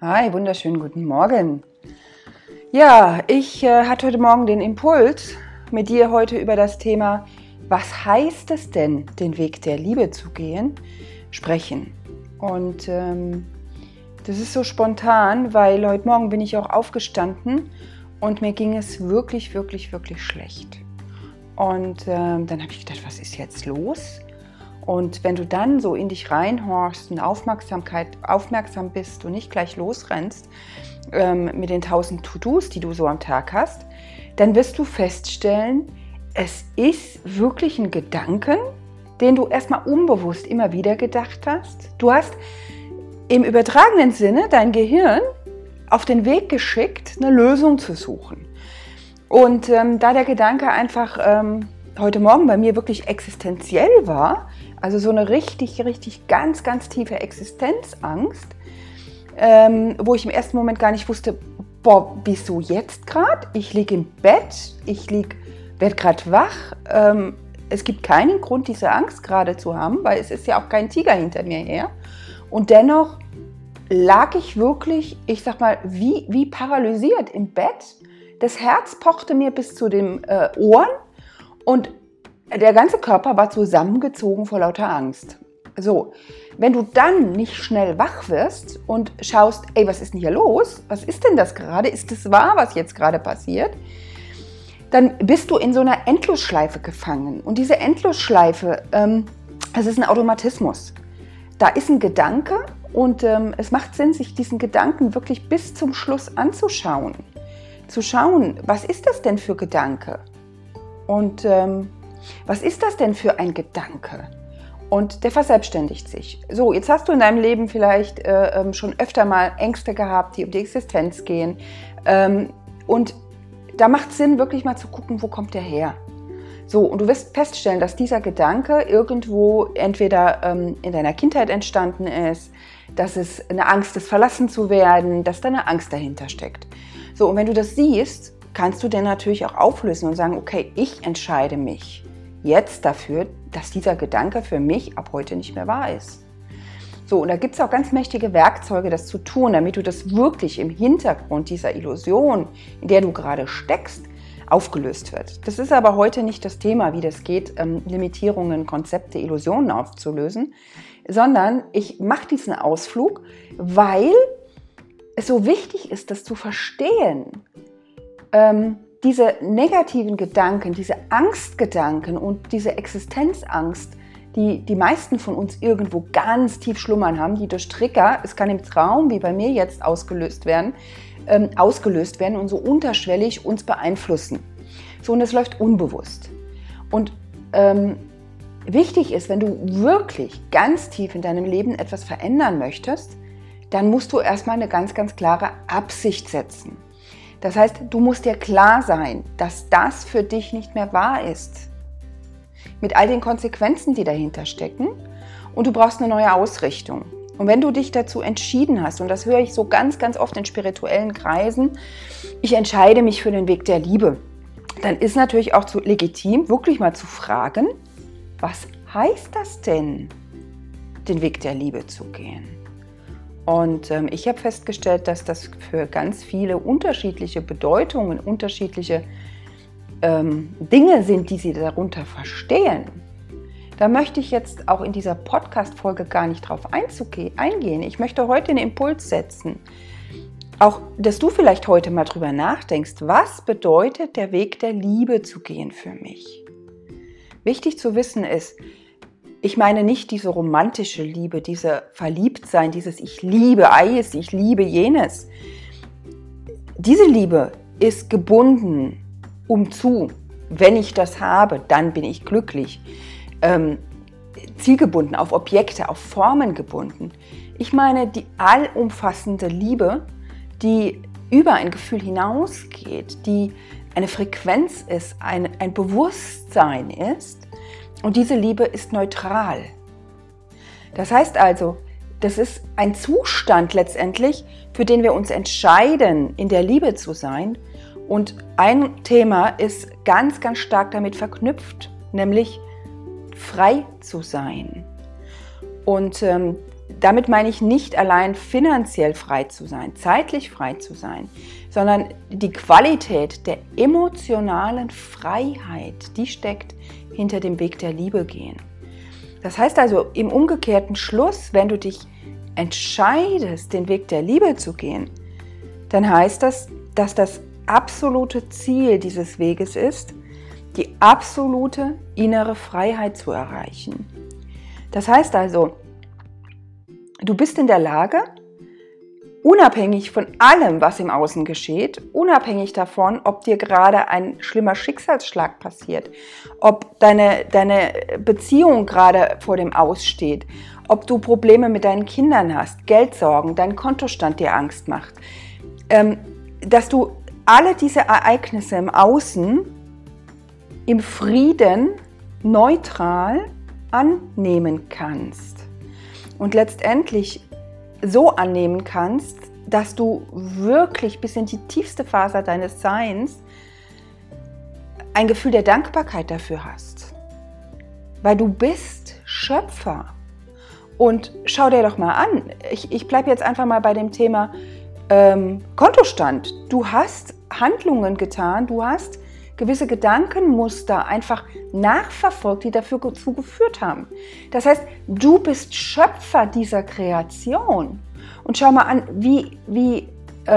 Hi, wunderschönen guten Morgen. Ja, ich hatte heute Morgen den Impuls, mit dir heute über das Thema, was heißt es denn, den Weg der Liebe zu gehen, sprechen. Und das ist so spontan, weil heute Morgen bin ich auch aufgestanden und mir ging es wirklich, wirklich, wirklich schlecht. Und dann habe ich gedacht, was ist jetzt los? Und wenn du dann so in dich reinhorchst und aufmerksam bist und nicht gleich losrennst mit den 1000 To-Dos, die du so am Tag hast, dann wirst du feststellen, es ist wirklich ein Gedanken, den du erstmal unbewusst immer wieder gedacht hast. Du hast im übertragenen Sinne dein Gehirn auf den Weg geschickt, eine Lösung zu suchen. Und da der Gedanke einfach heute Morgen bei mir wirklich existenziell war, also so eine richtig, richtig ganz, ganz tiefe Existenzangst, wo ich im ersten Moment gar nicht wusste, boah, wieso jetzt gerade? Ich liege im Bett, werde gerade wach. Es gibt keinen Grund, diese Angst gerade zu haben, weil es ist ja auch kein Tiger hinter mir her. Und dennoch lag ich wirklich, ich sag mal, wie paralysiert im Bett. Das Herz pochte mir bis zu den Ohren und der ganze Körper war zusammengezogen vor lauter Angst. So, wenn du dann nicht schnell wach wirst und schaust, ey, was ist denn hier los? Was ist denn das gerade? Ist das wahr, was jetzt gerade passiert? Dann bist du in so einer Endlosschleife gefangen. Und diese Endlosschleife, das ist ein Automatismus. Da ist ein Gedanke und es macht Sinn, sich diesen Gedanken wirklich bis zum Schluss anzuschauen. Zu schauen, was ist das denn für Gedanke? Und was ist das denn für ein Gedanke? Und der verselbstständigt sich. So, jetzt hast du in deinem Leben vielleicht schon öfter mal Ängste gehabt, die um die Existenz gehen. Und da macht es Sinn, wirklich mal zu gucken, wo kommt der her? So, und du wirst feststellen, dass dieser Gedanke irgendwo entweder in deiner Kindheit entstanden ist, dass es eine Angst ist, verlassen zu werden, dass da eine Angst dahinter steckt. So, und wenn du das siehst, kannst du den natürlich auch auflösen und sagen, okay, ich entscheide mich jetzt dafür, dass dieser Gedanke für mich ab heute nicht mehr wahr ist. So, und da gibt es auch ganz mächtige Werkzeuge, das zu tun, damit du das wirklich im Hintergrund dieser Illusion, in der du gerade steckst, aufgelöst wird. Das ist aber heute nicht das Thema, wie das geht, Limitierungen, Konzepte, Illusionen aufzulösen, sondern ich mache diesen Ausflug, weil es so wichtig ist, das zu verstehen. Diese negativen Gedanken, diese Angstgedanken und diese Existenzangst, die die meisten von uns irgendwo ganz tief schlummern haben, die durch Trigger, es kann im Traum, wie bei mir jetzt, ausgelöst werden und so unterschwellig uns beeinflussen. So, und es läuft unbewusst. Und wichtig ist, wenn du wirklich ganz tief in deinem Leben etwas verändern möchtest, dann musst du erstmal eine ganz, ganz klare Absicht setzen. Das heißt, du musst dir klar sein, dass das für dich nicht mehr wahr ist. Mit all den Konsequenzen, die dahinter stecken. Und du brauchst eine neue Ausrichtung. Und wenn du dich dazu entschieden hast, und das höre ich so ganz, ganz oft in spirituellen Kreisen, ich entscheide mich für den Weg der Liebe, dann ist natürlich auch legitim, wirklich mal zu fragen, was heißt das denn, den Weg der Liebe zu gehen? Und ich habe festgestellt, dass das für ganz viele unterschiedliche Bedeutungen, unterschiedliche Dinge sind, die sie darunter verstehen. Da möchte ich jetzt auch in dieser Podcast-Folge gar nicht drauf eingehen. Ich möchte heute einen Impuls setzen. Auch, dass du vielleicht heute mal drüber nachdenkst, was bedeutet der Weg der Liebe zu gehen für mich? Wichtig zu wissen ist, ich meine nicht diese romantische Liebe, diese Verliebtsein, dieses ich liebe Eis, ich liebe jenes. Diese Liebe ist gebunden wenn ich das habe, dann bin ich glücklich. Zielgebunden, auf Objekte, auf Formen gebunden. Ich meine die allumfassende Liebe, die über ein Gefühl hinausgeht, die eine Frequenz ist, ein Bewusstsein ist. Und diese Liebe ist neutral. Das heißt also, das ist ein Zustand letztendlich, für den wir uns entscheiden, in der Liebe zu sein. Und ein Thema ist ganz, ganz stark damit verknüpft, nämlich frei zu sein. Und damit meine ich nicht allein finanziell frei zu sein, zeitlich frei zu sein, sondern die Qualität der emotionalen Freiheit, die steckt hinter dem Weg der Liebe gehen. Das heißt also im umgekehrten Schluss, wenn du dich entscheidest, den Weg der Liebe zu gehen, dann heißt das, dass das absolute Ziel dieses Weges ist, die absolute innere Freiheit zu erreichen. Das heißt also, du bist in der Lage, unabhängig von allem, was im Außen geschieht, unabhängig davon, ob dir gerade ein schlimmer Schicksalsschlag passiert, ob deine Beziehung gerade vor dem Aus steht, ob du Probleme mit deinen Kindern hast, Geldsorgen, dein Kontostand dir Angst macht, dass du alle diese Ereignisse im Außen im Frieden neutral annehmen kannst und letztendlich so annehmen kannst, dass du wirklich bis in die tiefste Faser deines Seins ein Gefühl der Dankbarkeit dafür hast. Weil du bist Schöpfer. Und schau dir doch mal an, ich bleibe jetzt einfach mal bei dem Thema Kontostand. Du hast Handlungen getan, du hast gewisse Gedankenmuster einfach nachverfolgt, die dazu geführt haben. Das heißt, du bist Schöpfer dieser Kreation. Und schau mal an, wie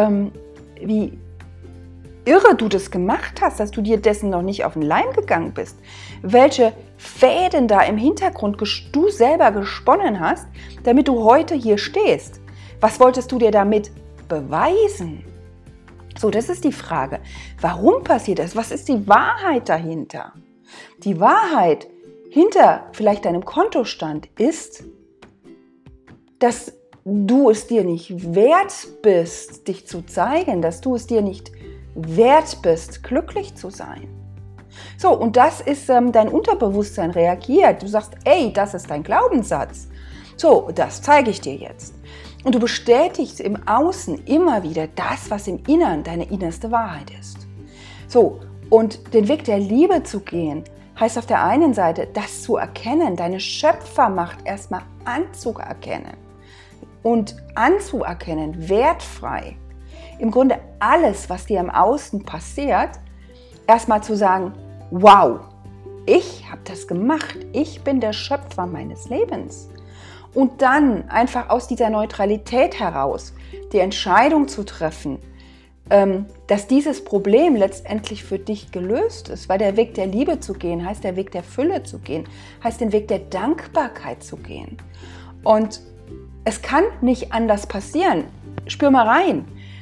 irre du das gemacht hast, dass du dir dessen noch nicht auf den Leim gegangen bist. Welche Fäden da im Hintergrund du selber gesponnen hast, damit du heute hier stehst. Was wolltest du dir damit beweisen? So, das ist die Frage. Warum passiert das? Was ist die Wahrheit dahinter? Die Wahrheit hinter vielleicht deinem Kontostand ist, dass du es dir nicht wert bist, dich zu zeigen, dass du es dir nicht wert bist, glücklich zu sein. So, und das ist, dein Unterbewusstsein reagiert. Du sagst, ey, das ist dein Glaubenssatz. So, das zeige ich dir jetzt. Und du bestätigst im Außen immer wieder das, was im Inneren deine innerste Wahrheit ist. So, und den Weg der Liebe zu gehen, heißt auf der einen Seite, das zu erkennen, deine Schöpfermacht erstmal anzuerkennen. Und anzuerkennen, wertfrei. Im Grunde alles, was dir im Außen passiert, erstmal zu sagen, wow, ich habe das gemacht, ich bin der Schöpfer meines Lebens. Und dann einfach aus dieser Neutralität heraus die Entscheidung zu treffen, dass dieses Problem letztendlich für dich gelöst ist, weil der Weg der Liebe zu gehen, heißt der Weg der Fülle zu gehen, heißt den Weg der Dankbarkeit zu gehen. Und es kann nicht anders passieren. Spür mal rein.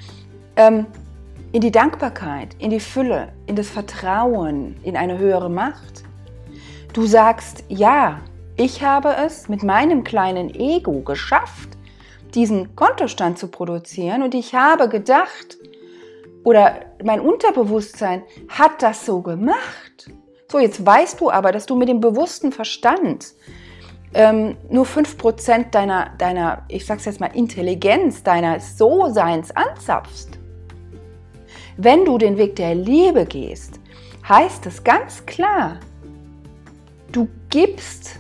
In die Dankbarkeit, in die Fülle, in das Vertrauen, in eine höhere Macht. Du sagst, ja, ich habe es mit meinem kleinen Ego geschafft, diesen Kontostand zu produzieren und ich habe gedacht, oder mein Unterbewusstsein hat das so gemacht. So, jetzt weißt du aber, dass du mit dem bewussten Verstand nur 5% deiner, ich sag's jetzt mal, Intelligenz, deines So-Seins anzapfst. Wenn du den Weg der Liebe gehst, heißt es ganz klar, du gehst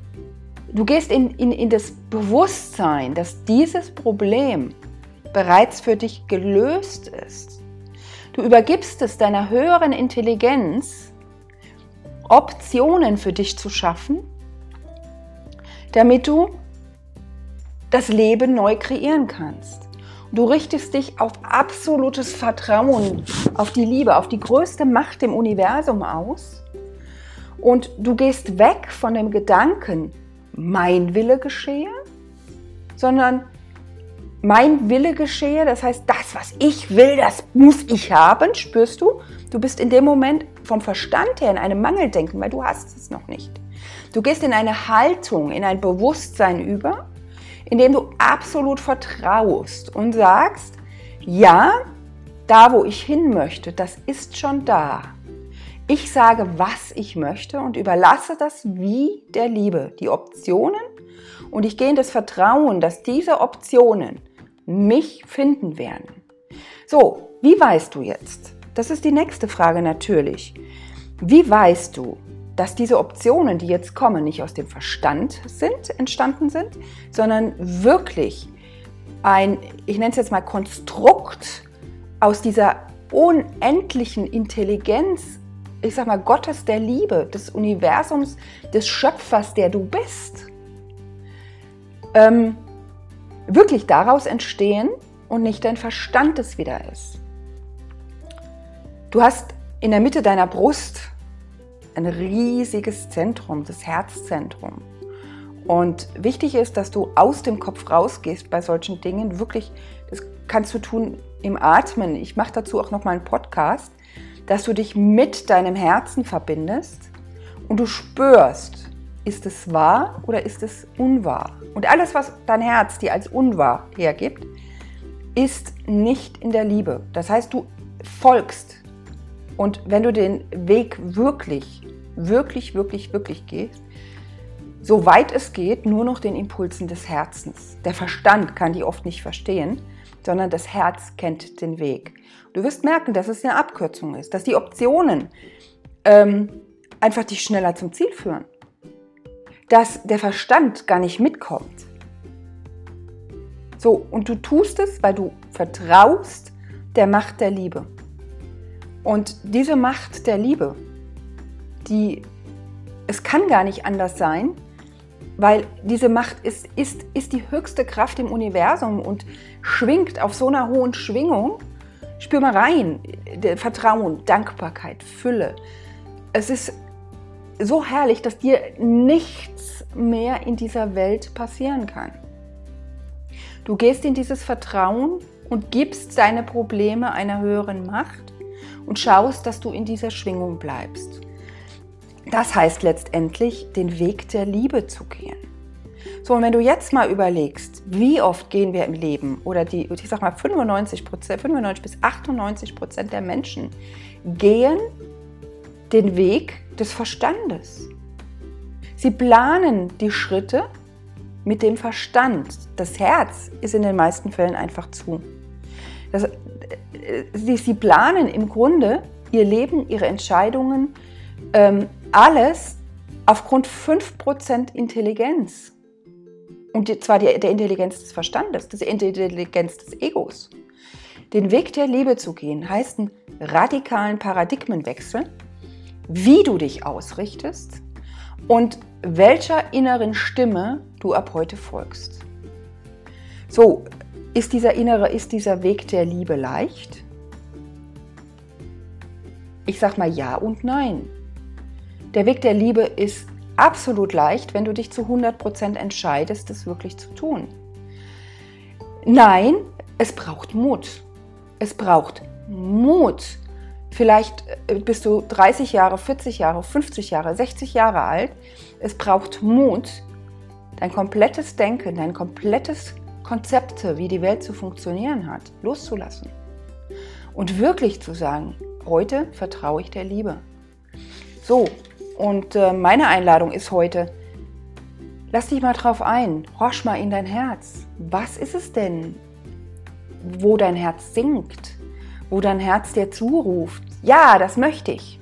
in das Bewusstsein, dass dieses Problem bereits für dich gelöst ist. Du übergibst es deiner höheren Intelligenz, Optionen für dich zu schaffen, damit du das Leben neu kreieren kannst. Du richtest dich auf absolutes Vertrauen, auf die Liebe, auf die größte Macht im Universum aus und du gehst weg von dem Gedanken, mein Wille geschehe, sondern mein Wille geschehe, das heißt, das, was ich will, das muss ich haben, spürst du? Du bist in dem Moment vom Verstand her in einem Mangeldenken, weil du hast es noch nicht. Du gehst in eine Haltung, in ein Bewusstsein über, in dem du absolut vertraust und sagst, ja, da wo ich hin möchte, das ist schon da. Ich sage, was ich möchte und überlasse das wie der Liebe, die Optionen, und ich gehe in das Vertrauen, dass diese Optionen mich finden werden. So, wie weißt du jetzt? Das ist die nächste Frage natürlich. Wie weißt du, dass diese Optionen, die jetzt kommen, nicht aus dem Verstand entstanden sind, sondern wirklich ein, ich nenne es jetzt mal Konstrukt aus dieser unendlichen Intelligenz, ich sag mal Gottes der Liebe, des Universums, des Schöpfers, der du bist, wirklich daraus entstehen und nicht dein Verstand es wieder ist. Du hast in der Mitte deiner Brust ein riesiges Zentrum, das Herzzentrum. Und wichtig ist, dass du aus dem Kopf rausgehst bei solchen Dingen. Wirklich, das kannst du tun im Atmen. Ich mache dazu auch nochmal einen Podcast, dass du dich mit deinem Herzen verbindest und du spürst, ist es wahr oder ist es unwahr? Und alles, was dein Herz dir als unwahr hergibt, ist nicht in der Liebe. Das heißt, du folgst. Und wenn du den Weg wirklich gehst, soweit es geht, nur noch den Impulsen des Herzens. Der Verstand kann die oft nicht verstehen, sondern das Herz kennt den Weg. Du wirst merken, dass es eine Abkürzung ist, dass die Optionen einfach dich schneller zum Ziel führen. Dass der Verstand gar nicht mitkommt. So, und du tust es, weil du vertraust der Macht der Liebe. Und diese Macht der Liebe, es kann gar nicht anders sein, weil diese Macht ist die höchste Kraft im Universum und schwingt auf so einer hohen Schwingung. Spür mal rein, Vertrauen, Dankbarkeit, Fülle. Es ist so herrlich, dass dir nichts mehr in dieser Welt passieren kann. Du gehst in dieses Vertrauen und gibst deine Probleme einer höheren Macht und schaust, dass du in dieser Schwingung bleibst. Das heißt letztendlich, den Weg der Liebe zu gehen. So, und wenn du jetzt mal überlegst, wie oft gehen wir im Leben, oder ich sag mal 95 bis 98% der Menschen gehen den Weg des Verstandes. Sie planen die Schritte mit dem Verstand. Das Herz ist in den meisten Fällen einfach zu. Sie planen im Grunde ihr Leben, ihre Entscheidungen, alles aufgrund 5% Intelligenz. Und zwar der Intelligenz des Verstandes, der Intelligenz des Egos. Den Weg der Liebe zu gehen, heißt einen radikalen Paradigmenwechsel, wie du dich ausrichtest und welcher inneren Stimme du ab heute folgst. So, ist dieser Weg der Liebe leicht? Ich sag mal ja und nein. Der Weg der Liebe ist absolut leicht, wenn du dich zu 100% entscheidest, das wirklich zu tun. Nein, es braucht Mut. Es braucht Mut. Vielleicht bist du 30 Jahre, 40 Jahre, 50 Jahre, 60 Jahre alt. Es braucht Mut, dein komplettes Denken, dein komplettes Konzepte, wie die Welt zu funktionieren hat, loszulassen. Und wirklich zu sagen, heute vertraue ich der Liebe. So, und meine Einladung ist heute, lass dich mal drauf ein, horch mal in dein Herz. Was ist es denn, wo dein Herz singt, wo dein Herz dir zuruft? Ja, das möchte ich.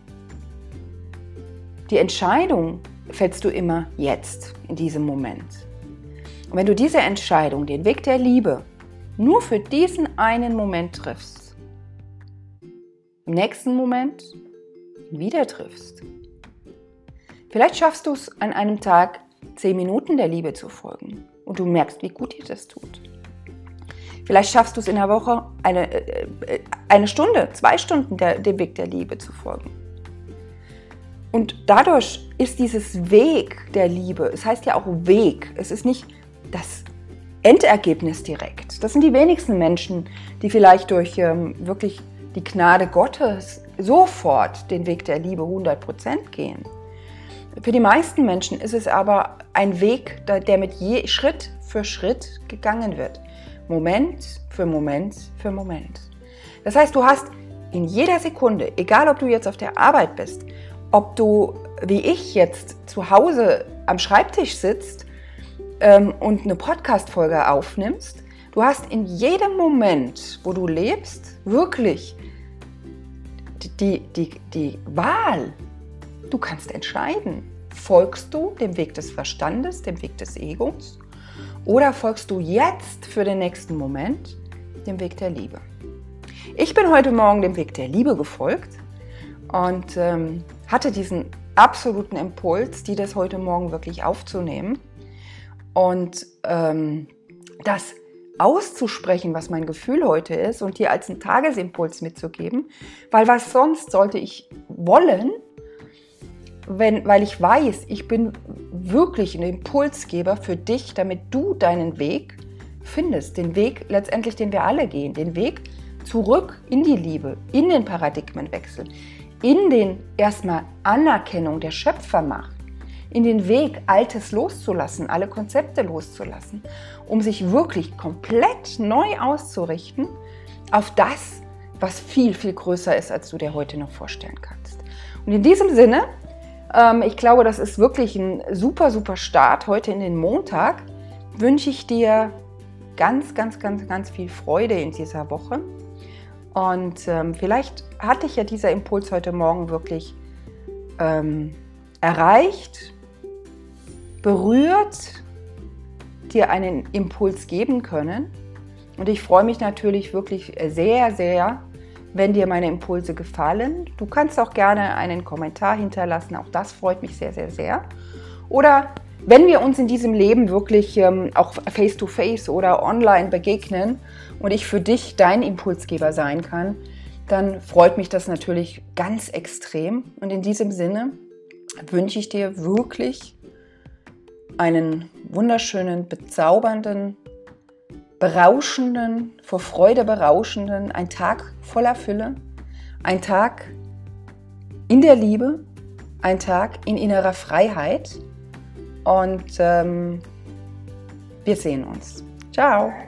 Die Entscheidung fällst du immer jetzt, in diesem Moment. Und wenn du diese Entscheidung, den Weg der Liebe, nur für diesen einen Moment triffst, im nächsten Moment wieder triffst, vielleicht schaffst du es an einem Tag 10 Minuten der Liebe zu folgen und du merkst, wie gut dir das tut. Vielleicht schaffst du es in der Woche eine Stunde, 2 Stunden dem Weg der Liebe zu folgen. Und dadurch ist dieses Weg der Liebe, es heißt ja auch Weg, es ist nicht das Endergebnis direkt. Das sind die wenigsten Menschen, die vielleicht durch wirklich die Gnade Gottes sofort den Weg der Liebe 100% gehen. Für die meisten Menschen ist es aber ein Weg, der mit Schritt für Schritt gegangen wird. Moment für Moment für Moment. Das heißt, du hast in jeder Sekunde, egal ob du jetzt auf der Arbeit bist, ob du, wie ich jetzt, zu Hause am Schreibtisch sitzt und eine Podcast-Folge aufnimmst, du hast in jedem Moment, wo du lebst, wirklich die Wahl, Du kannst entscheiden, folgst du dem Weg des Verstandes, dem Weg des Egos, oder folgst du jetzt für den nächsten Moment dem Weg der Liebe? Ich bin heute Morgen dem Weg der Liebe gefolgt und hatte diesen absoluten Impuls, dir das heute Morgen wirklich aufzunehmen und das auszusprechen, was mein Gefühl heute ist und dir als einen Tagesimpuls mitzugeben, weil was sonst sollte ich wollen, weil ich weiß, ich bin wirklich ein Impulsgeber für dich, damit du deinen Weg findest, den Weg letztendlich, den wir alle gehen, den Weg zurück in die Liebe, in den Paradigmenwechsel, in den erstmal Anerkennung der Schöpfermacht, in den Weg, Altes loszulassen, alle Konzepte loszulassen, um sich wirklich komplett neu auszurichten auf das, was viel, viel größer ist, als du dir heute noch vorstellen kannst. Und in diesem Sinne, ich glaube, das ist wirklich ein super, super Start heute in den Montag, wünsche ich dir ganz, ganz, ganz, ganz viel Freude in dieser Woche. Und vielleicht hat dich ja dieser Impuls heute Morgen wirklich erreicht, berührt, dir einen Impuls geben können. Und ich freue mich natürlich wirklich sehr, sehr, wenn dir meine Impulse gefallen. Du kannst auch gerne einen Kommentar hinterlassen, auch das freut mich sehr, sehr, sehr. Oder wenn wir uns in diesem Leben wirklich auch face-to-face oder online begegnen und ich für dich dein Impulsgeber sein kann, dann freut mich das natürlich ganz extrem. Und in diesem Sinne wünsche ich dir wirklich einen wunderschönen, bezaubernden, berauschenden, vor Freude berauschenden, einen Tag voller Fülle, ein Tag in der Liebe, ein Tag in innerer Freiheit und wir sehen uns. Ciao!